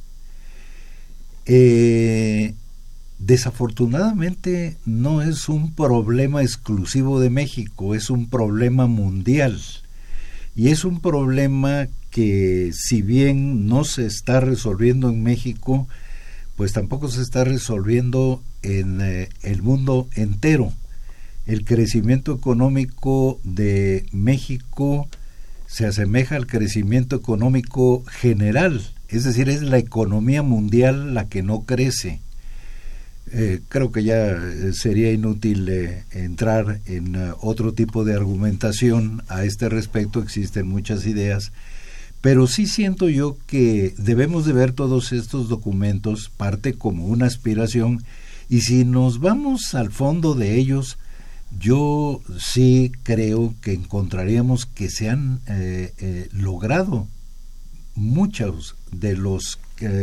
Desafortunadamente no es un problema exclusivo de México, es un problema mundial. Y es un problema que, si bien no se está resolviendo en México, pues tampoco se está resolviendo en el mundo entero. El crecimiento económico de México se asemeja al crecimiento económico general, es decir, es la economía mundial la que no crece. Creo que ya sería inútil entrar en otro tipo de argumentación a este respecto, existen muchas ideas, pero sí siento yo que debemos de ver todos estos documentos parte como una aspiración, y si nos vamos al fondo de ellos, yo sí creo que encontraríamos que se han logrado muchos de los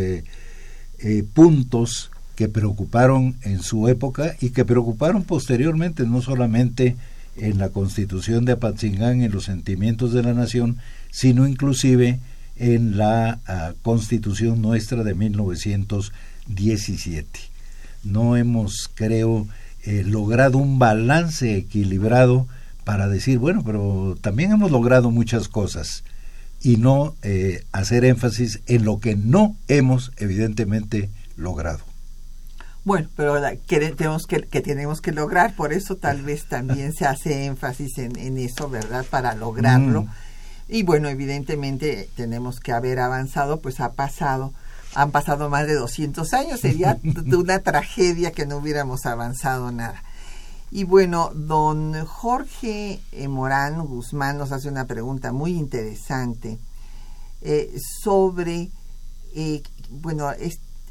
puntos que preocuparon en su época y que preocuparon posteriormente, no solamente en la Constitución de Apatzingán, en los sentimientos de la nación, sino inclusive en la Constitución nuestra de 1917. No hemos, creo, logrado un balance equilibrado para decir, bueno, pero también hemos logrado muchas cosas, y no hacer énfasis en lo que no hemos evidentemente logrado. Bueno, pero tenemos que lograr, por eso tal vez también se hace énfasis en eso, ¿verdad? Para lograrlo. Y bueno, evidentemente tenemos que haber avanzado, pues han pasado más de 200 años, sería una tragedia que no hubiéramos avanzado nada. Y bueno, don Jorge Morán Guzmán nos hace una pregunta muy interesante sobre,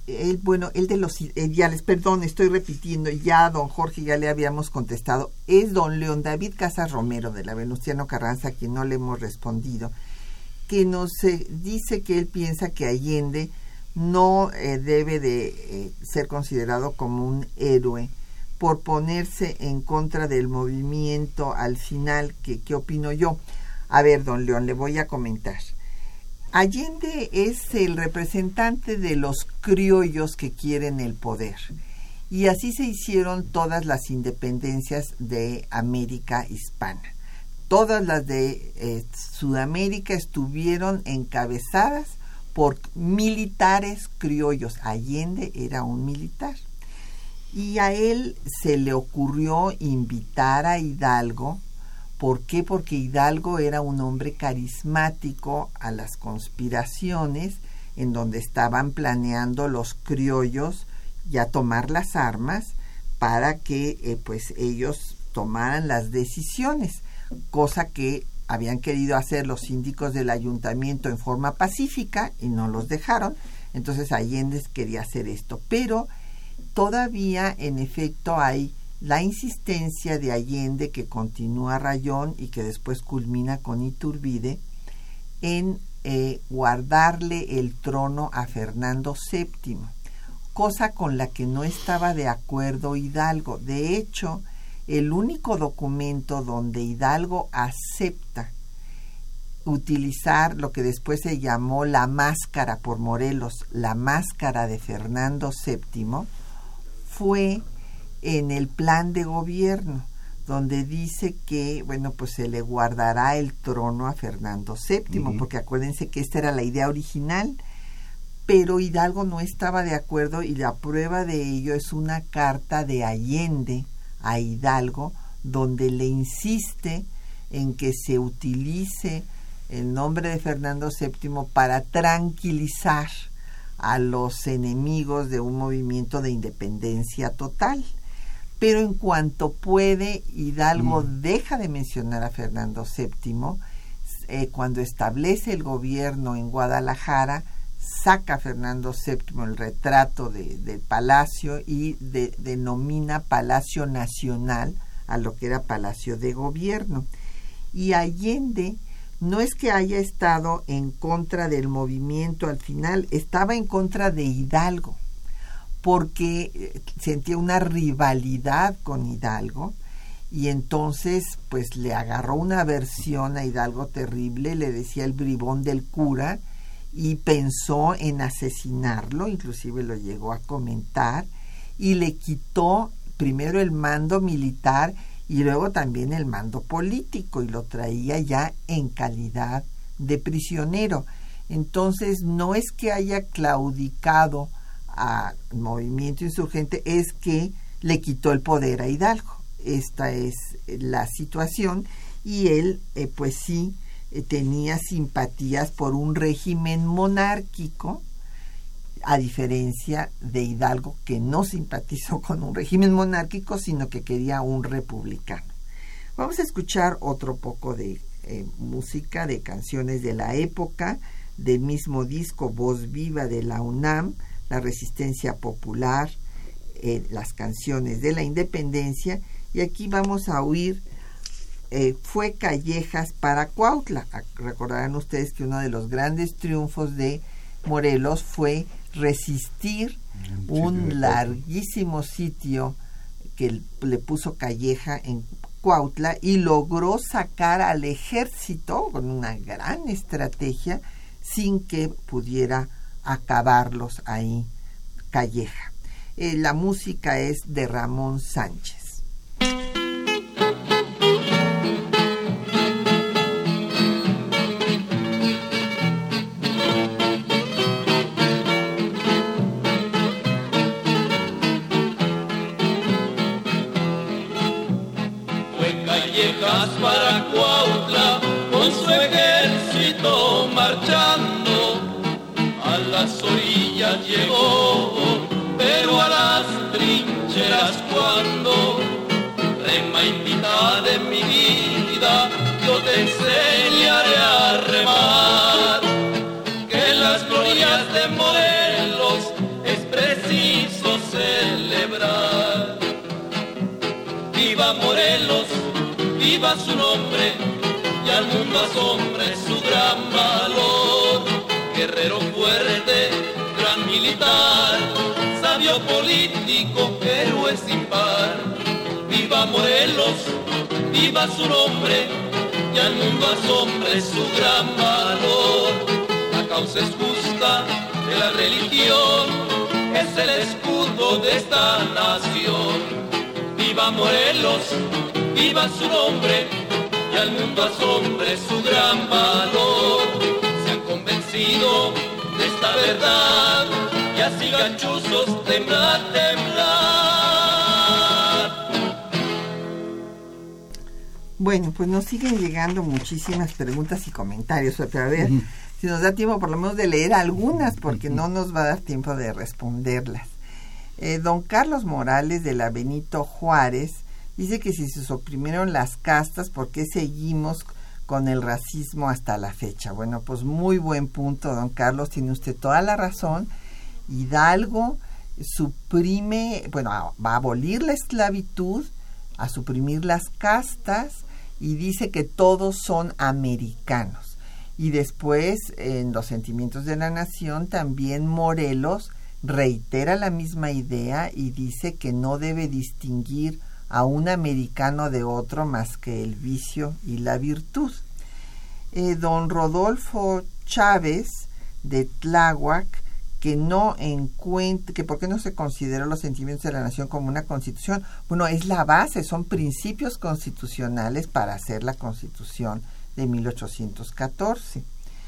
perdón, estoy repitiendo, ya a don Jorge ya le habíamos contestado, es don León David Casas Romero de la Venustiano Carranza, a quien no le hemos respondido, que nos dice que él piensa que Allende no debe de ser considerado como un héroe por ponerse en contra del movimiento al final. ¿Qué opino yo? A ver, don León, le voy a comentar. Allende es el representante de los criollos que quieren el poder, y así se hicieron todas las independencias de América hispana. Todas las de Sudamérica estuvieron encabezadas por militares criollos. Allende era un militar, y a él se le ocurrió invitar a Hidalgo. ¿Por qué? Porque Hidalgo era un hombre carismático a las conspiraciones en donde estaban planeando los criollos ya tomar las armas para que pues ellos tomaran las decisiones, cosa que habían querido hacer los síndicos del ayuntamiento en forma pacífica y no los dejaron. Entonces Allende quería hacer esto, pero todavía en efecto hay la insistencia de Allende, que continúa Rayón y que después culmina con Iturbide, en guardarle el trono a Fernando VII, cosa con la que no estaba de acuerdo Hidalgo. De hecho, el único documento donde Hidalgo acepta utilizar lo que después se llamó la máscara por Morelos, la máscara de Fernando VII, fue en el plan de gobierno, donde dice que, bueno, pues se le guardará el trono a Fernando VII, porque acuérdense que esta era la idea original, pero Hidalgo no estaba de acuerdo, y la prueba de ello es una carta de Allende a Hidalgo, donde le insiste en que se utilice el nombre de Fernando VII para tranquilizar a los enemigos de un movimiento de independencia total. Pero en cuanto puede, Hidalgo deja de mencionar a Fernando VII. Cuando establece el gobierno en Guadalajara, saca a Fernando VII el retrato del palacio y denomina Palacio Nacional a lo que era Palacio de Gobierno. Y Allende no es que haya estado en contra del movimiento al final, estaba en contra de Hidalgo, porque sentía una rivalidad con Hidalgo, y entonces pues le agarró una aversión a Hidalgo terrible, le decía el bribón del cura, y pensó en asesinarlo, inclusive lo llegó a comentar, y le quitó primero el mando militar y luego también el mando político, y lo traía ya en calidad de prisionero. Entonces no es que haya claudicado al movimiento insurgente, es que le quitó el poder a Hidalgo. Esta es la situación, y él pues sí tenía simpatías por un régimen monárquico, a diferencia de Hidalgo, que no simpatizó con un régimen monárquico, sino que quería un republicano. Vamos a escuchar otro poco de música, de canciones de la época, del mismo disco Voz Viva de la UNAM, La Resistencia Popular, las canciones de la independencia, y aquí vamos a oír Fue Callejas para Cuautla. Recordarán ustedes que uno de los grandes triunfos de Morelos fue resistir un larguísimo sitio que le puso Calleja en Cuautla, y logró sacar al ejército con una gran estrategia sin que pudiera acabarlos ahí Calleja. La música es de Ramón Sánchez. Para Cuautla con su ejército marchando, a las orillas llegó, pero a las trincheras cuando. Rema invitada de mi vida, yo te enseñaré a remar, que las glorias de Morelos expresan viva su nombre, y al mundo asombre su gran valor. Guerrero fuerte, gran militar, sabio político, héroe sin par. Viva Morelos, viva su nombre, y al mundo asombre su gran valor. La causa es justa de la religión, es el escudo de esta nación. Viva Morelos, viva su nombre, y al mundo asombre su gran valor. Se han convencido de esta verdad, y así gachuzos temblar, temblar. Bueno, pues nos siguen llegando muchísimas preguntas y comentarios, pero a ver si nos da tiempo por lo menos de leer algunas, porque no nos va a dar tiempo de responderlas. Don Carlos Morales de la Benito Juárez dice que si se suprimieron las castas, ¿por qué seguimos con el racismo hasta la fecha? Bueno, pues muy buen punto, don Carlos, tiene usted toda la razón. Hidalgo suprime, bueno, va a abolir la esclavitud, a suprimir las castas y dice que todos son americanos. Y después, en los sentimientos de la nación, también Morelos reitera la misma idea y dice que no debe distinguir a un americano de otro más que el vicio y la virtud. Don Rodolfo Chávez de Tláhuac, que por qué no se consideró los sentimientos de la nación como una constitución. Bueno, es la base, son principios constitucionales para hacer la Constitución de 1814.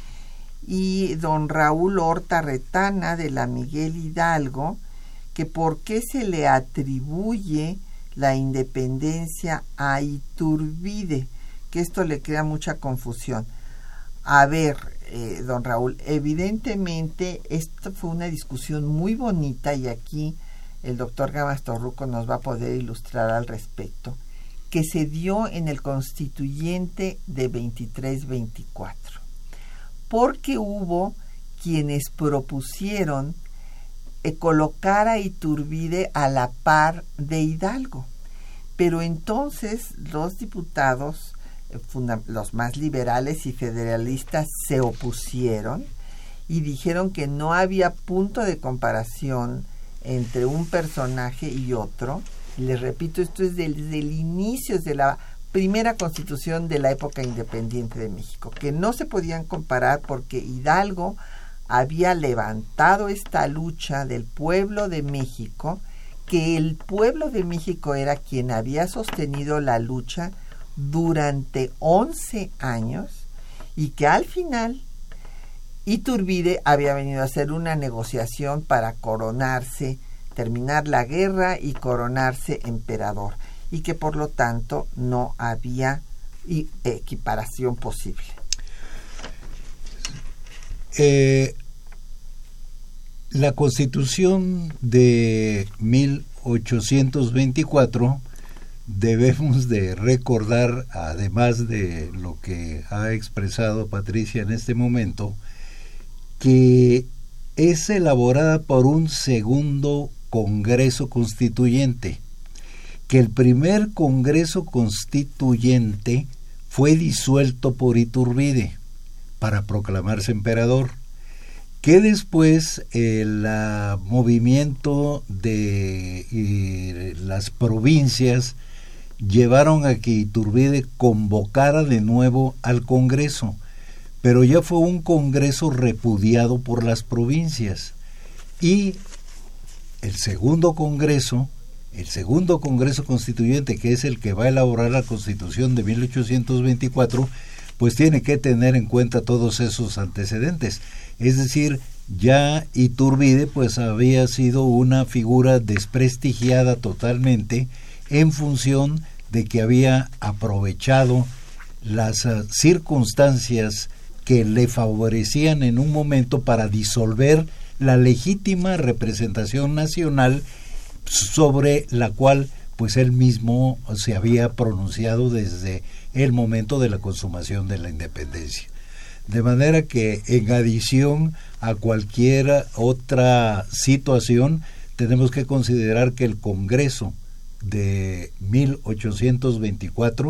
Y don Raúl Horta Retana de la Miguel Hidalgo, que por qué se le atribuye la independencia a Iturbide, que esto le crea mucha confusión. A ver, don Raúl, evidentemente esta fue una discusión muy bonita y aquí el doctor Gamas Torruco nos va a poder ilustrar al respecto, que se dio en el constituyente de 23-24, porque hubo quienes propusieron colocar a Iturbide a la par de Hidalgo, pero entonces los diputados, los más liberales y federalistas, se opusieron y dijeron que no había punto de comparación entre un personaje y otro. Y les repito, esto es desde el inicio, desde la primera constitución de la época independiente de México, que no se podían comparar porque Hidalgo había levantado esta lucha del pueblo de México, que el pueblo de México era quien había sostenido la lucha durante 11 años y que al final Iturbide había venido a hacer una negociación para coronarse, terminar la guerra y coronarse emperador, y que por lo tanto no había equiparación posible. La Constitución de 1824, debemos de recordar, además de lo que ha expresado Patricia en este momento, que es elaborada por un segundo Congreso Constituyente, que el primer Congreso Constituyente fue disuelto por Iturbide para proclamarse emperador, que después el movimiento de las provincias llevaron a que Iturbide convocara de nuevo al Congreso, pero ya fue un Congreso repudiado por las provincias, y el segundo Congreso Constituyente, que es el que va a elaborar la Constitución de 1824, pues tiene que tener en cuenta todos esos antecedentes. Es decir, ya Iturbide pues había sido una figura desprestigiada totalmente en función de que había aprovechado las circunstancias que le favorecían en un momento para disolver la legítima representación nacional sobre la cual pues él mismo se había pronunciado desde el momento de la consumación de la independencia. De manera que en adición a cualquier otra situación, tenemos que considerar que el Congreso de 1824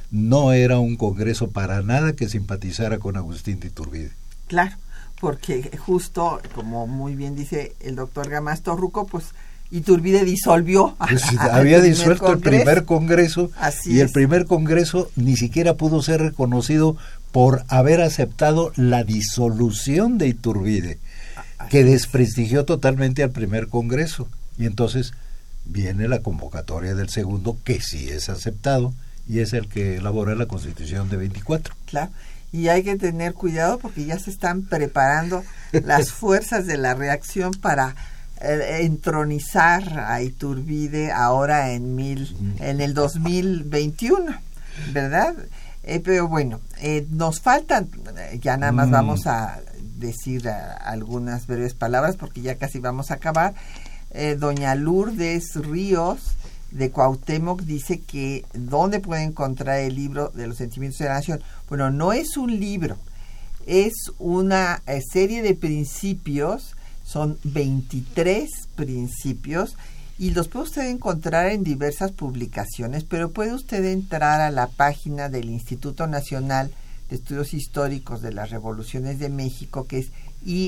no era un congreso para nada que simpatizara con Agustín de Iturbide. Claro, porque justo, como muy bien dice el doctor Gámez Torruco, pues Iturbide disolvió. Había disuelto el primer congreso. Así y el primer congreso ni siquiera pudo ser reconocido por haber aceptado la disolución de Iturbide, que desprestigió totalmente al primer congreso. Y entonces viene la convocatoria del segundo, que sí es aceptado, y es el que elabora la Constitución de 24. Claro, y hay que tener cuidado porque ya se están preparando las fuerzas de la reacción para entronizar a Iturbide ahora en el 2021, ¿verdad? Pero bueno, nos faltan, ya nada más vamos a decir algunas breves palabras porque ya casi vamos a acabar. Doña Lourdes Ríos de Cuauhtémoc dice que ¿dónde puede encontrar el libro de los sentimientos de la nación? Bueno, no es un libro, es una serie de principios, son 23 principios y los puede usted encontrar en diversas publicaciones, pero puede usted entrar a la página del Instituto Nacional de Estudios Históricos de las Revoluciones de México, que es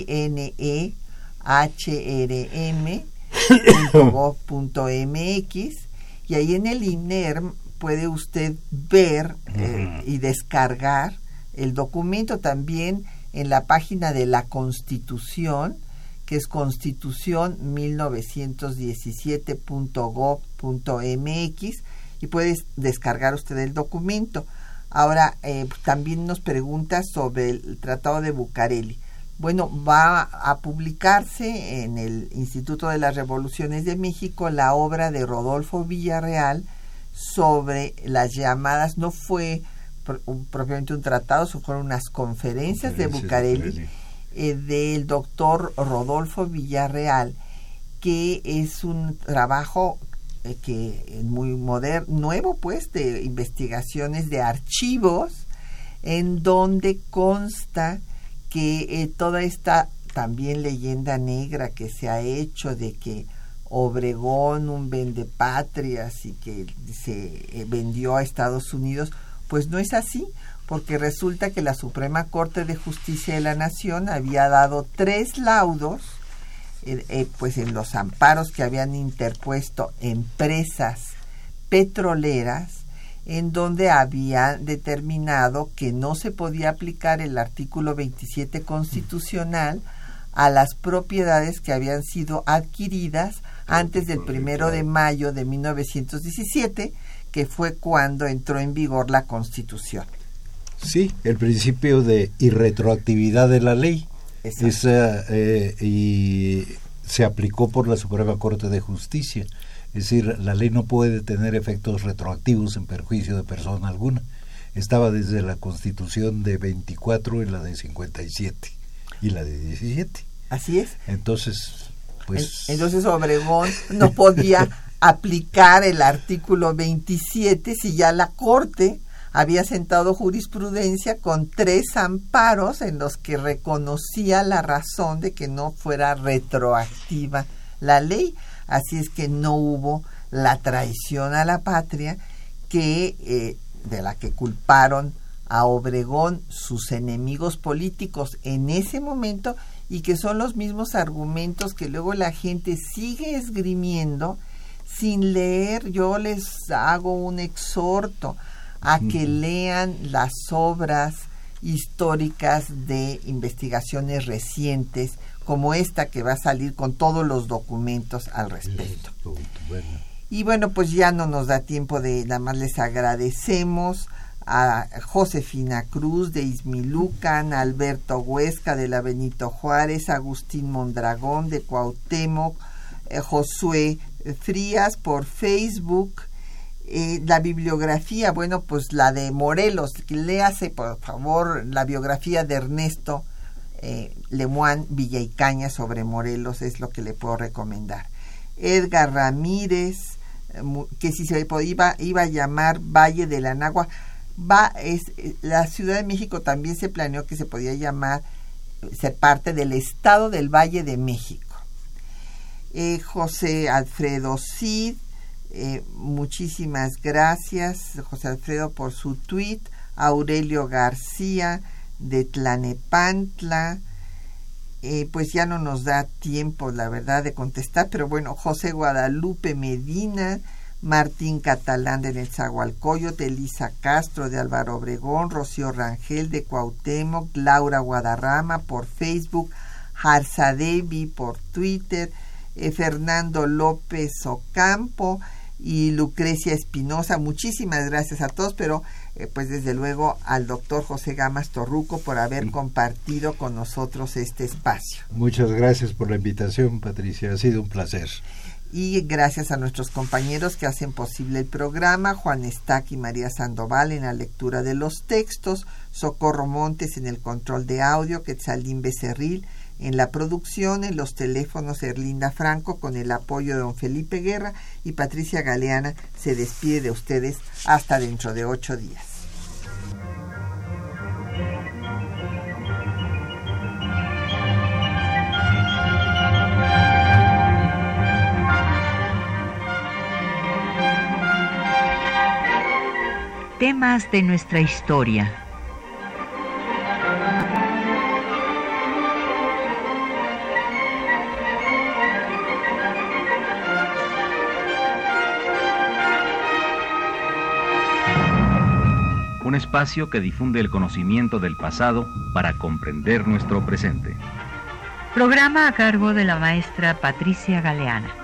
INEHRM.gov.mx, y ahí en el INERM puede usted ver y descargar el documento. También en la página de la Constitución, que es constitución1917.gov.mx, y puede descargar usted el documento. Ahora, también nos pregunta sobre el Tratado de Bucareli. Bueno, va a publicarse en el Instituto de las Revoluciones de México la obra de Rodolfo Villarreal sobre las llamadas, no fue propiamente un tratado, fueron unas conferencias de Bucareli, del doctor Rodolfo Villarreal, que es un trabajo que es muy moderno, nuevo, pues, de investigaciones de archivos, en donde consta que toda esta también leyenda negra que se ha hecho de que Obregón, un vendepatrias, y que se vendió a Estados Unidos, pues no es así, porque resulta que la Suprema Corte de Justicia de la Nación había dado 3 laudos pues en los amparos que habían interpuesto empresas petroleras, en donde habían determinado que no se podía aplicar el artículo 27 constitucional a las propiedades que habían sido adquiridas antes del 1 de mayo de 1917, que fue cuando entró en vigor la Constitución. Sí, el principio de irretroactividad de la ley. Y se aplicó por la Suprema Corte de Justicia. Es decir, la ley no puede tener efectos retroactivos en perjuicio de persona alguna. Estaba desde la Constitución de 24 y la de 57 y la de 17. Así es. Entonces, pues... Entonces Obregón no podía aplicar el artículo 27 si ya la Corte había sentado jurisprudencia con 3 amparos en los que reconocía la razón de que no fuera retroactiva la ley. Así es que no hubo la traición a la patria que de la que culparon a Obregón sus enemigos políticos en ese momento, y que son los mismos argumentos que luego la gente sigue esgrimiendo sin leer. Yo les hago un exhorto a que lean las obras históricas de investigaciones recientes, como esta que va a salir con todos los documentos al respecto. Y bueno, pues ya no nos da tiempo de, nada más les agradecemos a Josefina Cruz de Izmilucan, a Alberto Huesca de la Benito Juárez, Agustín Mondragón de Cuauhtémoc, Josué Frías por Facebook. La bibliografía, bueno, pues la de Morelos, léase por favor la biografía de Ernesto Lemoine Villaicaña sobre Morelos, es lo que le puedo recomendar. Edgar Ramírez, que si se iba a llamar Valle del Anáhuac, la Ciudad de México también se planeó que se podía llamar, ser parte del Estado del Valle de México. José Alfredo Cid, Muchísimas gracias, José Alfredo, por su tuit. Aurelio García de Tlanepantla, pues ya no nos da tiempo, la verdad, de contestar, pero bueno, José Guadalupe Medina, Martín Catalán de Nezahualcóyotl, Elisa Castro de Álvaro Obregón, Rocío Rangel de Cuauhtémoc, Laura Guadarrama por Facebook, Harzadevi por Twitter, Fernando López Ocampo y Lucrecia Espinosa. Muchísimas gracias a todos, pero pues desde luego al doctor José Gamas Torruco por haber compartido con nosotros este espacio. Muchas gracias por la invitación, Patricia, ha sido un placer. Y gracias a nuestros compañeros que hacen posible el programa, Juan Estac y María Sandoval en la lectura de los textos, Socorro Montes en el control de audio, Quetzalín Becerril en la producción, en los teléfonos Erlinda Franco con el apoyo de don Felipe Guerra, y Patricia Galeana se despide de ustedes hasta dentro de 8 días. Temas de nuestra historia. Un espacio que difunde el conocimiento del pasado para comprender nuestro presente. Programa a cargo de la maestra Patricia Galeana.